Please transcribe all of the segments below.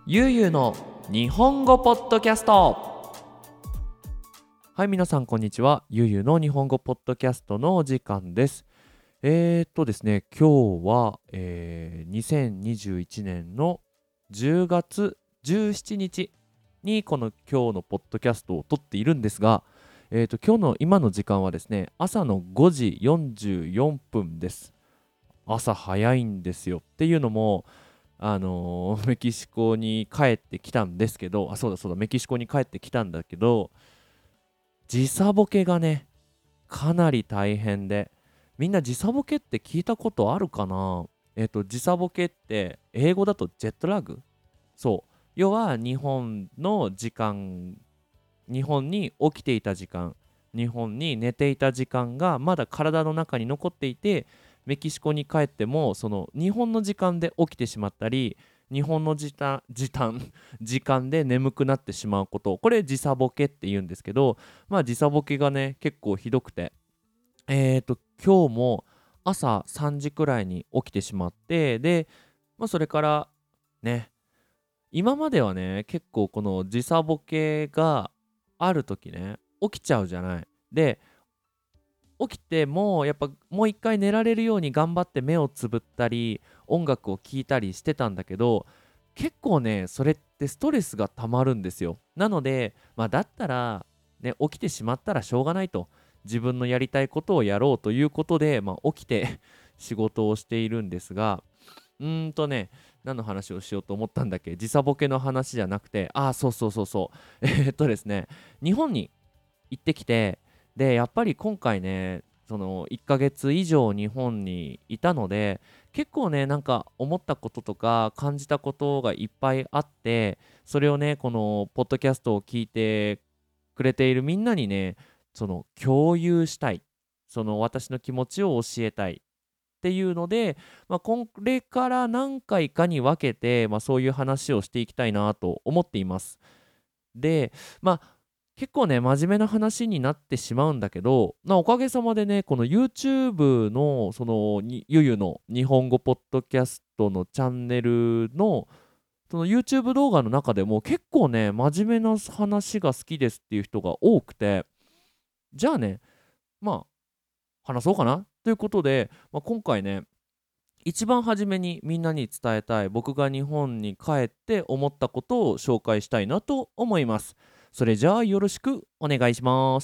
ゆうゆうの日本語ポッドキャスト。はい、皆さんこんにちは。ゆうゆうの日本語ポッドキャストのお時間です。ですね、今日は、2021年の10月17日にこの今日のポッドキャストを撮っているんですが、今日の今の時間はですね、朝の5時44分です。朝早いんですよ。っていうのも、メキシコに帰ってきたんですけど、そうだそうだ、メキシコに帰ってきたんだけど、時差ボケがね、かなり大変で、みんな時差ボケって聞いたことあるかな？時差ボケって英語だとジェットラグ。そう。要は日本の時間、日本に起きていた時間、日本に寝ていた時間がまだ体の中に残っていて、メキシコに帰ってもその日本の時間で起きてしまったり、日本の時間で眠くなってしまうこと、これ時差ボケって言うんですけど、まあ時差ボケがね結構ひどくて、今日も朝3時くらいに起きてしまって、で、それからね、今まではね結構この時差ボケがある時ね起きちゃうじゃない。で、起きてもやっぱもう一回寝られるように頑張って目をつぶったり音楽を聴いたりしてたんだけど、結構ねそれってストレスがたまるんですよ。なので、だったらね、起きてしまったらしょうがないと、自分のやりたいことをやろうということで、起きて仕事をしているんですが、何の話をしようと思ったんだっけ？時差ボケの話じゃなくて、そうそうそうそう。ですね、日本に行ってきて、で、やっぱり今回ね、その1ヶ月以上日本にいたので、結構ね、なんか思ったこととか感じたことがいっぱいあって、それをね、このポッドキャストを聞いてくれているみんなにね、その共有したい。その私の気持ちを教えたい。っていうので、これから何回かに分けて、そういう話をしていきたいなと思っています。で、結構ね、真面目な話になってしまうんだけど、おかげさまでね、この YouTube の、ゆゆの日本語ポッドキャストのチャンネルの、その YouTube 動画の中でも結構ね、真面目な話が好きですっていう人が多くて、じゃあね、まあ、話そうかなということで、今回ね、一番初めにみんなに伝えたい、僕が日本に帰って思ったことを紹介したいなと思います。それじゃあよろしくお願いします。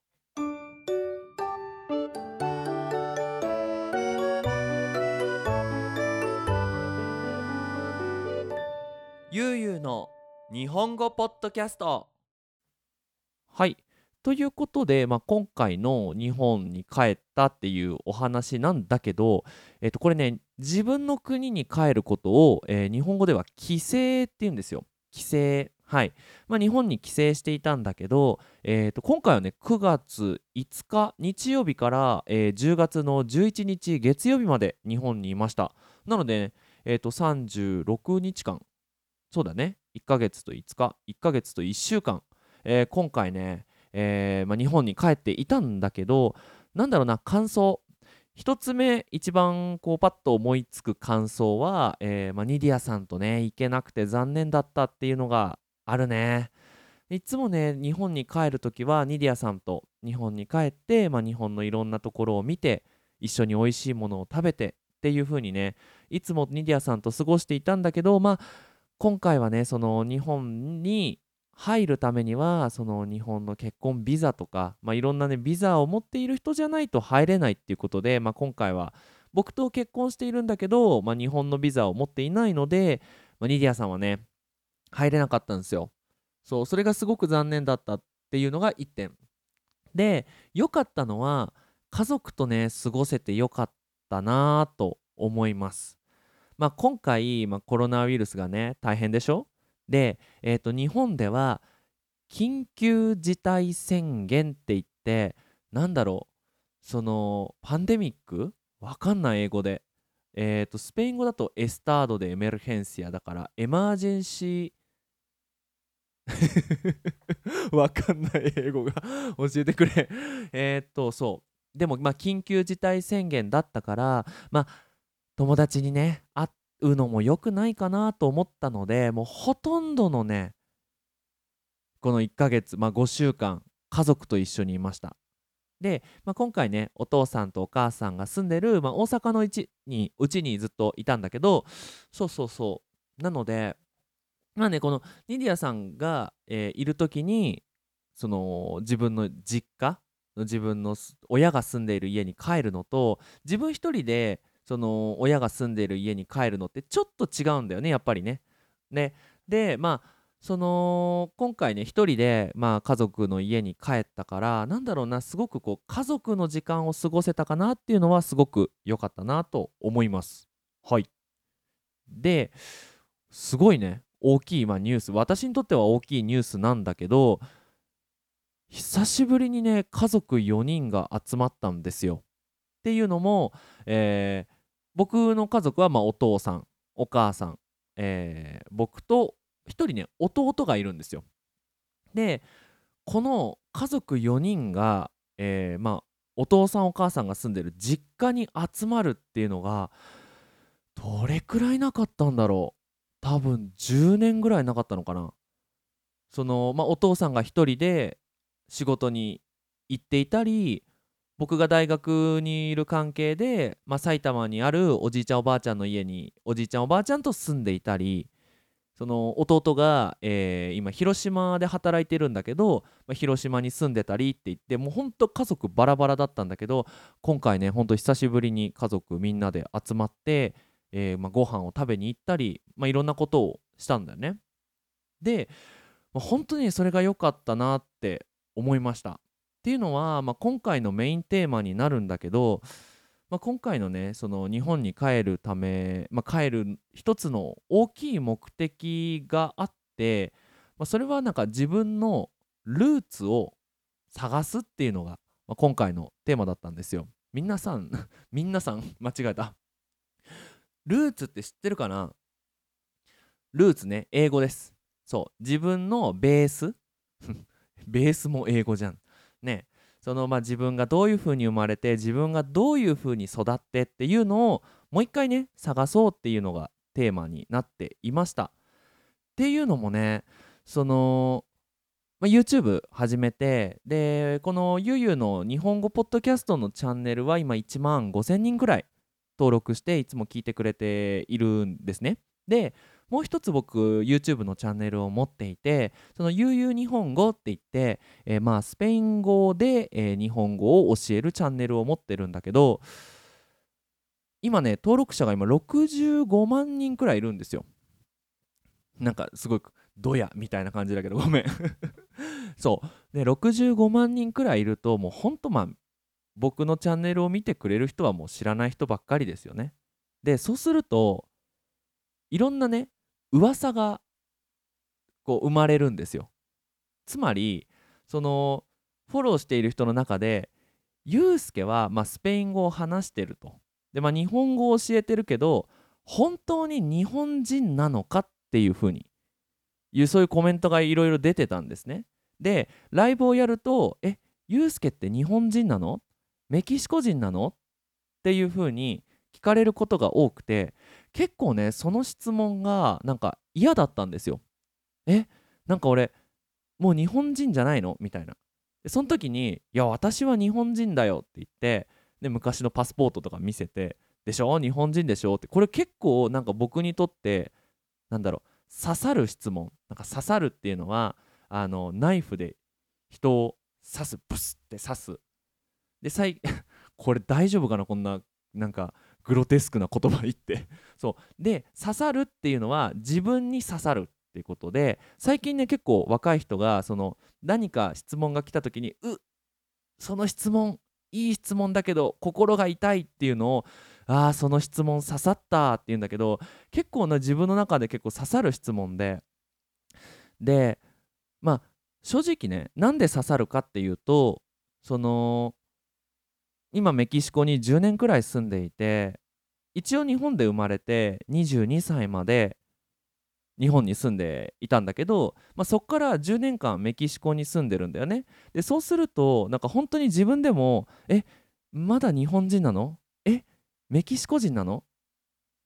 ゆうゆうの日本語ポッドキャスト。はい。ということで、今回の日本に帰ったっていうお話なんだけど、これね、自分の国に帰ることを、日本語では帰省って言うんですよ。帰省。はい。日本に帰省していたんだけど、今回はね、9月5日日曜日から、10月の11日月曜日まで日本にいました。なのでね、36日間、そうだね、1ヶ月と5日、1ヶ月と1週間、今回ね、日本に帰っていたんだけど、なんだろうな、感想。一つ目、一番こうパッと思いつく感想は、ニディアさんとね、行けなくて残念だったっていうのがあるね。いつもね、日本に帰るときは、ニディアさんと日本に帰って、日本のいろんなところを見て、一緒に美味しいものを食べてっていう風にね、いつもニディアさんと過ごしていたんだけど、今回はね、その日本に入るためには、その日本の結婚ビザとか、いろんなね、ビザを持っている人じゃないと入れないっていうことで、今回は僕と結婚しているんだけど、日本のビザを持っていないので、ニディアさんはね、入れなかったんですよ。そう、それがすごく残念だったっていうのが1点。で、良かったのは、家族とね、過ごせて良かったなぁと思います。今回、コロナウイルスがね、大変でしょ。で、日本では緊急事態宣言って言って、なんだろそのパンデミック、わかんない英語で。スペイン語だとエスタードでエメルヘンシアだから、エマージェンシーわかんない英語が教えてくれ。そう。でも、緊急事態宣言だったから、友達にね、 うのも良くないかなと思ったので、もうほとんどのね、この1ヶ月、5週間、家族と一緒にいました。で、今回ね、お父さんとお母さんが住んでる、大阪のうちにずっといたんだけど、そうそうそう。なので、このニディアさんが、いる時に、その自分の実家、自分の親が住んでいる家に帰るのと、自分一人でその親が住んでいる家に帰るのってちょっと違うんだよね、やっぱりね。ね。で、今回ね、一人で、家族の家に帰ったから、なんだろうな、すごくこう家族の時間を過ごせたかなっていうのはすごく良かったなと思います。はい。で、すごいね、大きい、ニュース、私にとっては大きいニュースなんだけど、久しぶりにね、家族4人が集まったんですよ。っていうのも、えー僕の家族はお父さん、お母さん、僕と1人ね、弟がいるんですよ。で、この家族4人が、お父さんお母さんが住んでる実家に集まるっていうのがどれくらいなかったんだろう。多分10年ぐらいなかったのかな。お父さんが一人で仕事に行っていたり、僕が大学にいる関係で、埼玉にあるおじいちゃんおばあちゃんの家におじいちゃんおばあちゃんと住んでいたり、その弟が、今広島で働いてるんだけど、広島に住んでたりって言って、もうほんと家族バラバラだったんだけど、今回ね、ほんと久しぶりに家族みんなで集まって、ご飯を食べに行ったり、いろんなことをしたんだよね。で、本当にそれが良かったなって思いました。っていうのは、今回のメインテーマになるんだけど、今回のね、その日本に帰るため、帰る一つの大きい目的があって、それはなんか自分のルーツを探すっていうのが、今回のテーマだったんですよ。皆さん皆さん間違えた。ルーツって知ってるかな？ルーツね、英語です。そう、自分のベースベースも英語じゃん。ね。自分がどういう風に生まれて、自分がどういう風に育ってっていうのをもう一回ね、探そうっていうのがテーマになっていました。っていうのもね、その、YouTube 始めて、で、このゆゆの日本語ポッドキャストのチャンネルは今1万5000人ぐらい登録していつも聞いてくれているんですね。で、もう一つ僕 YouTube のチャンネルを持っていて、そのゆう日本語って言って、スペイン語で、日本語を教えるチャンネルを持ってるんだけど、今ね、登録者が今65万人くらいいるんですよ。なんかすごいドヤみたいな感じだけどごめんそうで65万人くらいいると、もうほんと僕のチャンネルを見てくれる人はもう知らない人ばっかりですよね。でそうするといろんなね噂がこう生まれるんですよ。つまりそのフォローしている人の中でユうスケはスペイン語を話してると。で日本語を教えてるけど本当に日本人なのかっていう風にそういうコメントがいろいろ出てたんですね。でライブをやるとユうスケって日本人なの？メキシコ人なの？っていう風に聞かれることが多くて、結構ねその質問がなんか嫌だったんですよ。なんか俺もう日本人じゃないのみたいな。でその時に「いや私は日本人だよ」って言って、で昔のパスポートとか見せて「でしょ日本人でしょ」って、これ結構なんか僕にとってなんだろう、刺さる質問。なんか刺さるっていうのはナイフで人を刺す、ブスって刺す。でこれ大丈夫かな、こんななんかグロテスクな言葉言ってそうで刺さるっていうのは自分に刺さるっていうことで、最近ね結構若い人が何か質問が来た時にその質問いい質問だけど心が痛いっていうのをその質問刺さったっていうんだけど、結構な自分の中で結構刺さる質問で正直ねなんで刺さるかっていうと、その今メキシコに10年くらい住んでいて、一応日本で生まれて22歳まで日本に住んでいたんだけど、そっから10年間メキシコに住んでるんだよね。でそうするとなんか本当に自分でもまだ日本人なの？メキシコ人なの？いや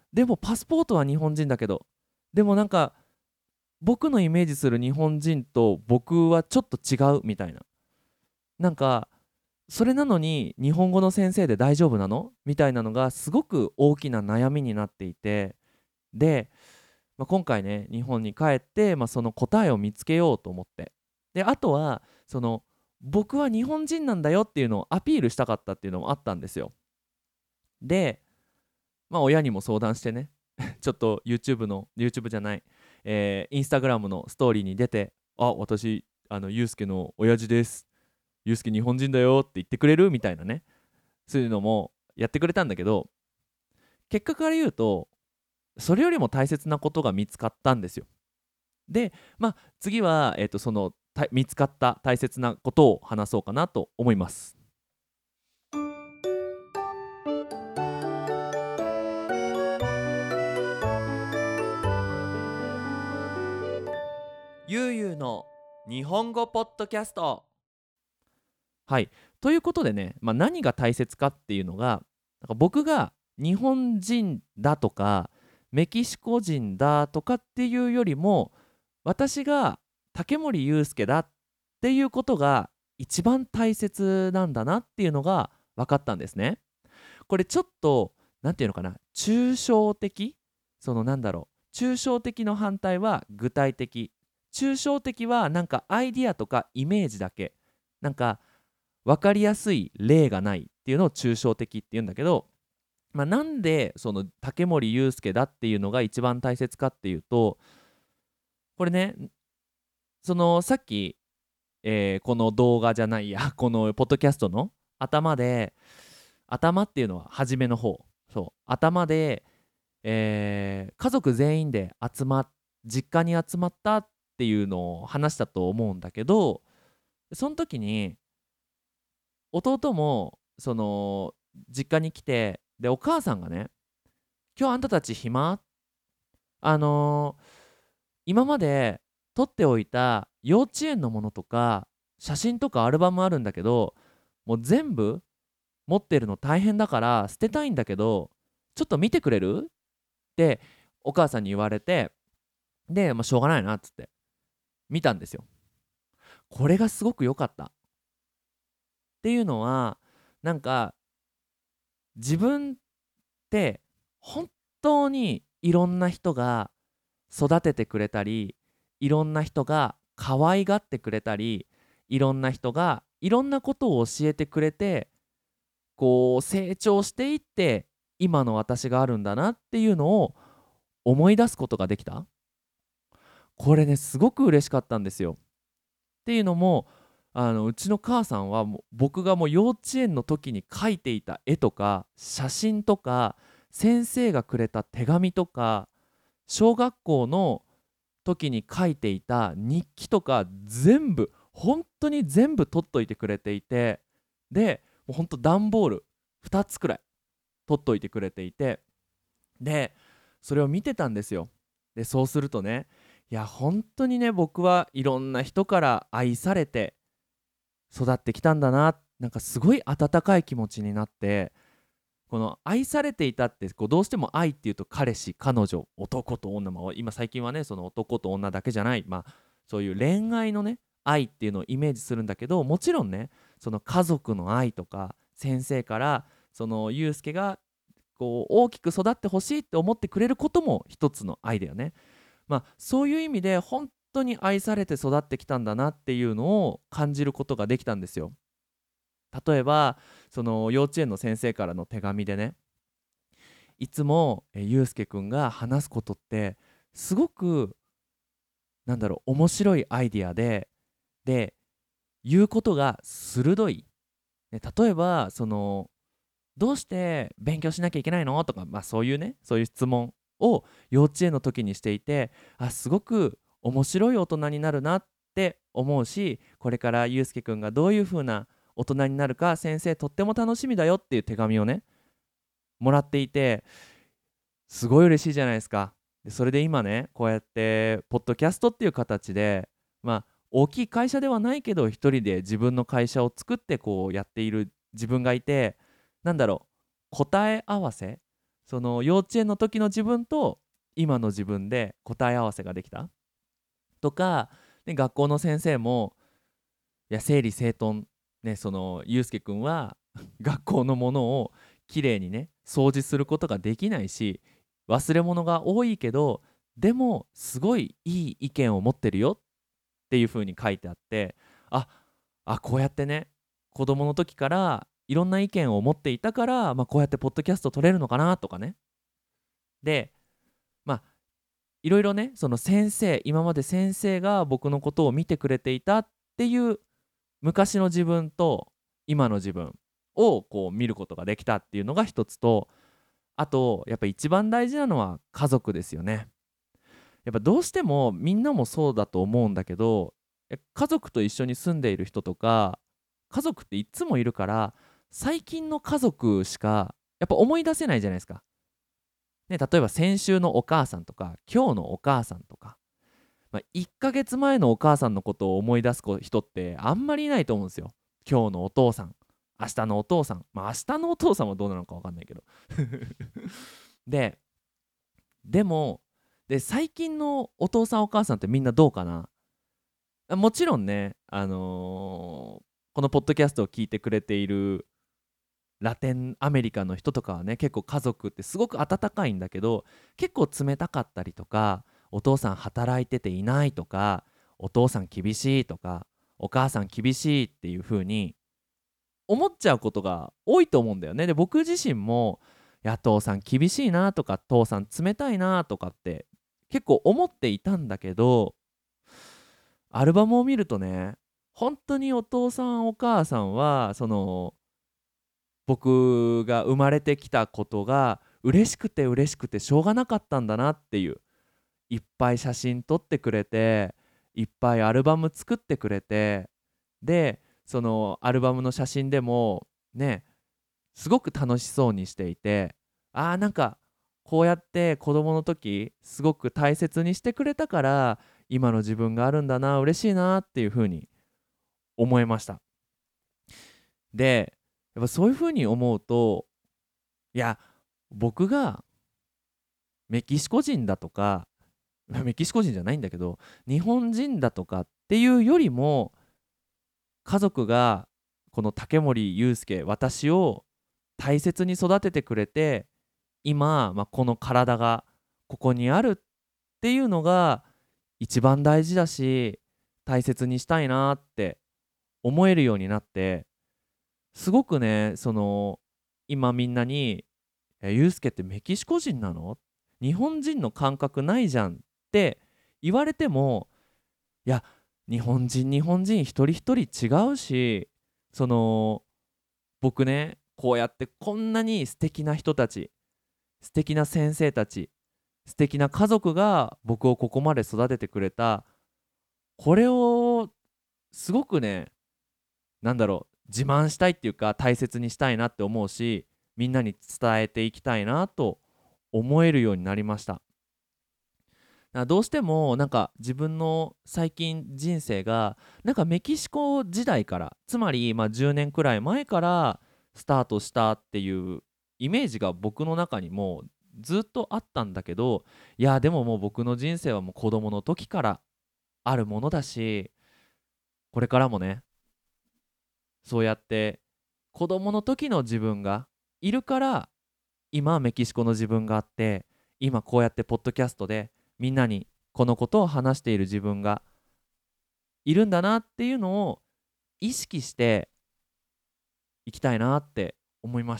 でもパスポートは日本人だけど、でもなんか僕のイメージする日本人と僕はちょっと違うみたいな、なんかそれなのに日本語の先生で大丈夫なのみたいなのがすごく大きな悩みになっていて、で、今回ね日本に帰って、その答えを見つけようと思って、であとはその僕は日本人なんだよっていうのをアピールしたかったっていうのもあったんですよ。で、親にも相談してねちょっと YouTube じゃない、インスタグラムのストーリーに出て、私ゆうすけの親父です、ゆうすけ日本人だよって言ってくれるみたいなね、そういうのもやってくれたんだけど、結果から言うとそれよりも大切なことが見つかったんですよ。で、次は、その見つかった大切なことを話そうかなと思います。ゆうゆうの日本語ポッドキャスト。はい、ということでね、何が大切かっていうのが、なんか僕が日本人だとかメキシコ人だとかっていうよりも、私が竹森雄介だっていうことが一番大切なんだなっていうのが分かったんですね。これちょっとなんていうのかな、抽象的、抽象的の反対は具体的、抽象的はなんかアイディアとかイメージだけ、なんか分かりやすい例がないっていうのを抽象的っていうんだけど、なんでその竹森雄介だっていうのが一番大切かっていうと、これね、そのさっき、この動画じゃないやこのポッドキャストの頭っていうのは初めの方、そう頭で、家族全員で実家に集まったっていうのを話したと思うんだけど、その時に弟もその実家に来て、でお母さんがね、今日あんたたち暇、あのー今まで撮っておいた幼稚園のものとか写真とかアルバムあるんだけど、もう全部持ってるの大変だから捨てたいんだけど、ちょっと見てくれるってお母さんに言われて、で、しょうがないなっつって見たんですよ。これがすごく良かったっていうのは、なんか自分って本当にいろんな人が育ててくれたり、いろんな人が可愛がってくれたり、いろんな人がいろんなことを教えてくれて、こう成長していって今の私があるんだなっていうのを思い出すことができた。これねすごく嬉しかったんですよ。っていうのも、うちの母さんはもう僕がもう幼稚園の時に描いていた絵とか写真とか、先生がくれた手紙とか、小学校の時に書いていた日記とか全部本当に全部取っといてくれていて、でもうほんと段ボール2つくらい取っといてくれていて、でそれを見てたんですよ。でそうするとね、いや本当にね、僕はいろんな人から愛されて育ってきたんだな、なんかすごい温かい気持ちになって、この愛されていたってこうどうしても愛っていうと彼氏彼女男と女、今最近はねその男と女だけじゃない、そういう恋愛のね愛っていうのをイメージするんだけど、もちろんねその家族の愛とか、先生からそのユうスケがこう大きく育ってほしいって思ってくれることも一つの愛だよね。そういう意味で本当に愛されて育ってきたんだなっていうのを感じることができたんですよ。例えばその幼稚園の先生からの手紙でね、いつもゆうすけくんが話すことってすごく面白いアイディアで言うことが鋭い、例えばそのどうして勉強しなきゃいけないのとか、そういうねそういう質問を幼稚園の時にしていて、すごく面白い大人になるなって思うし、これからゆうすけくんがどういう風な大人になるか先生とっても楽しみだよっていう手紙をねもらっていて、すごい嬉しいじゃないですか。でそれで今ねこうやってポッドキャストっていう形で、大きい会社ではないけど一人で自分の会社を作ってこうやっている自分がいて、答え合わせ、 その幼稚園の時の自分と今の自分で答え合わせができたとか、で学校の先生もいや整理整頓ね、そのゆうすけくんは学校のものをきれいにね掃除することができないし、忘れ物が多いけどでもすごいいい意見を持ってるよっていう風に書いてあって、あこうやってね子供の時からいろんな意見を持っていたから、こうやってポッドキャスト撮れるのかなとかね。でまあいろいろね、その先生、今まで先生が僕のことを見てくれていたっていう昔の自分と今の自分をこう見ることができたっていうのが一つと、あとやっぱ一番大事なのは家族ですよね。やっぱどうしてもみんなもそうだと思うんだけど、家族と一緒に住んでいる人とか、家族っていつもいるから最近の家族しかやっぱ思い出せないじゃないですか。ね、例えば先週のお母さんとか今日のお母さんとか、1ヶ月前のお母さんのことを思い出す人ってあんまりいないと思うんですよ。今日のお父さん、明日のお父さん、明日のお父さんはどうなのか分かんないけどででも最近のお父さんお母さんってみんなどうかな。もちろんね、このポッドキャストを聞いてくれているラテンアメリカの人とかはね結構家族ってすごく温かいんだけど、結構冷たかったりとか、お父さん働いてていないとか、お父さん厳しいとか、お母さん厳しいっていう風に思っちゃうことが多いと思うんだよね。で僕自身も父さん厳しいなとか父さん冷たいなとかって結構思っていたんだけど、アルバムを見るとね、本当にお父さんお母さんはその僕が生まれてきたことが嬉しくて嬉しくてしょうがなかったんだなっていう、いっぱい写真撮ってくれていっぱいアルバム作ってくれて、でそのアルバムの写真でもねすごく楽しそうにしていて、なんかこうやって子供の時すごく大切にしてくれたから今の自分があるんだな、嬉しいなっていう風に思いました。でやっぱそういう風に思うと、いや僕がメキシコ人だとかメキシコ人じゃないんだけど日本人だとかっていうよりも、家族がこの竹森雄介私を大切に育ててくれて今、この体がここにあるっていうのが一番大事だし大切にしたいなって思えるようになって、すごくねその今みんなにユうスケってメキシコ人なの？日本人の感覚ないじゃんって言われても、いや日本人一人一人違うし、その僕ねこうやってこんなに素敵な人たち、素敵な先生たち、素敵な家族が僕をここまで育ててくれた、これをすごくね自慢したいっていうか大切にしたいなって思うし、みんなに伝えていきたいなと思えるようになりました。どうしても自分の最近人生がメキシコ時代から、つまり10年くらい前からスタートしたっていうイメージが僕の中にもずっとあったんだけど、いやでももう僕の人生はもう子供の時からあるものだし、これからもねそうやって子供の時の自分がいるから、今メキシコの自分があって、今こうやってポッドキャストでみんなにこのことを話している自分がいるんだなっていうのを意識していきたいなって思いました。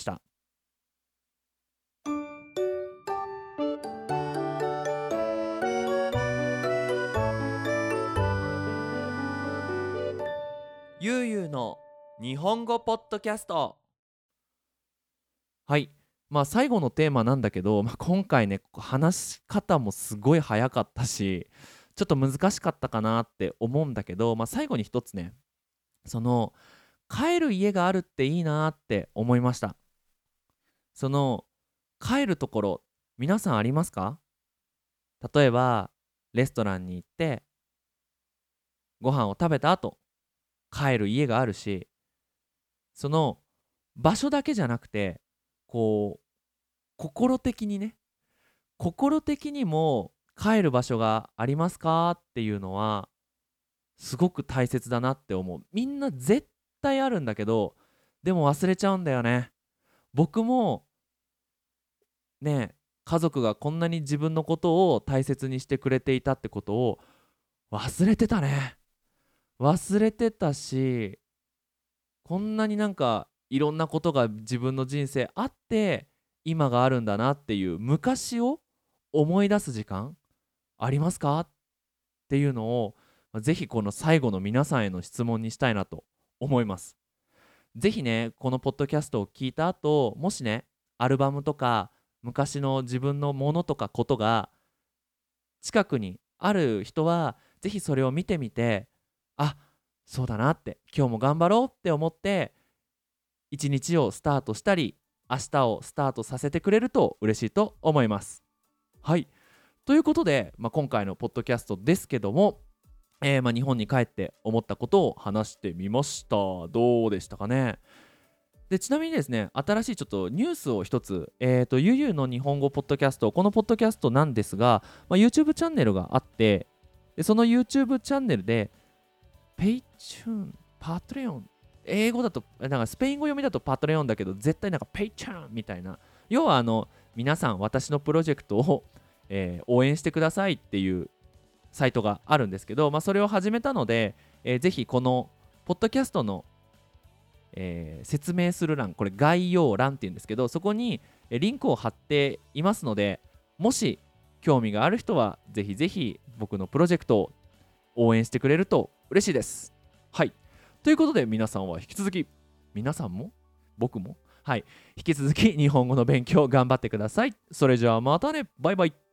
ゆうゆうの日本語ポッドキャスト。はい、最後のテーマなんだけど、今回ね話し方もすごい早かったしちょっと難しかったかなって思うんだけど、最後に一つね、その帰る家があるっていいなって思いました。その帰るところ皆さんありますか？例えばレストランに行ってご飯を食べた後帰る家があるし、その場所だけじゃなくてこう心的にね、心的にも帰る場所がありますかっていうのはすごく大切だなって思う。みんな絶対あるんだけど、でも忘れちゃうんだよね。僕もね、家族がこんなに自分のことを大切にしてくれていたってことを忘れてたね。忘れてたし、こんなになんかいろんなことが自分の人生あって今があるんだなっていう昔を思い出す時間ありますかっていうのをぜひこの最後の皆さんへの質問にしたいなと思います。ぜひね、このポッドキャストを聞いた後、もしね、アルバムとか昔の自分のものとかことが近くにある人はぜひそれを見てみて、あ、そうだなって、今日も頑張ろうって思って一日をスタートしたり明日をスタートさせてくれると嬉しいと思います。はい、ということで、今回のポッドキャストですけども、日本に帰って思ったことを話してみました。どうでしたかね。でちなみにですね、新しいちょっとニュースを一つ、ゆゆの日本語ポッドキャスト、このポッドキャストなんですが、YouTube チャンネルがあって、でその YouTube チャンネルでペイチューン、パトレオン、英語だとなんかスペイン語読みだとパトレオンだけど、絶対なんかペイチューンみたいな、要は皆さん私のプロジェクトを、応援してくださいっていうサイトがあるんですけど、それを始めたので、ぜひこのポッドキャストの説明する欄、これ概要欄っていうんですけど、そこにリンクを貼っていますので、もし興味がある人はぜひぜひ僕のプロジェクトを応援してくれると嬉しいです。はい、ということで皆さんは引き続き、皆さんも僕も、はい、引き続き日本語の勉強頑張ってください。それじゃあまたね、バイバイ。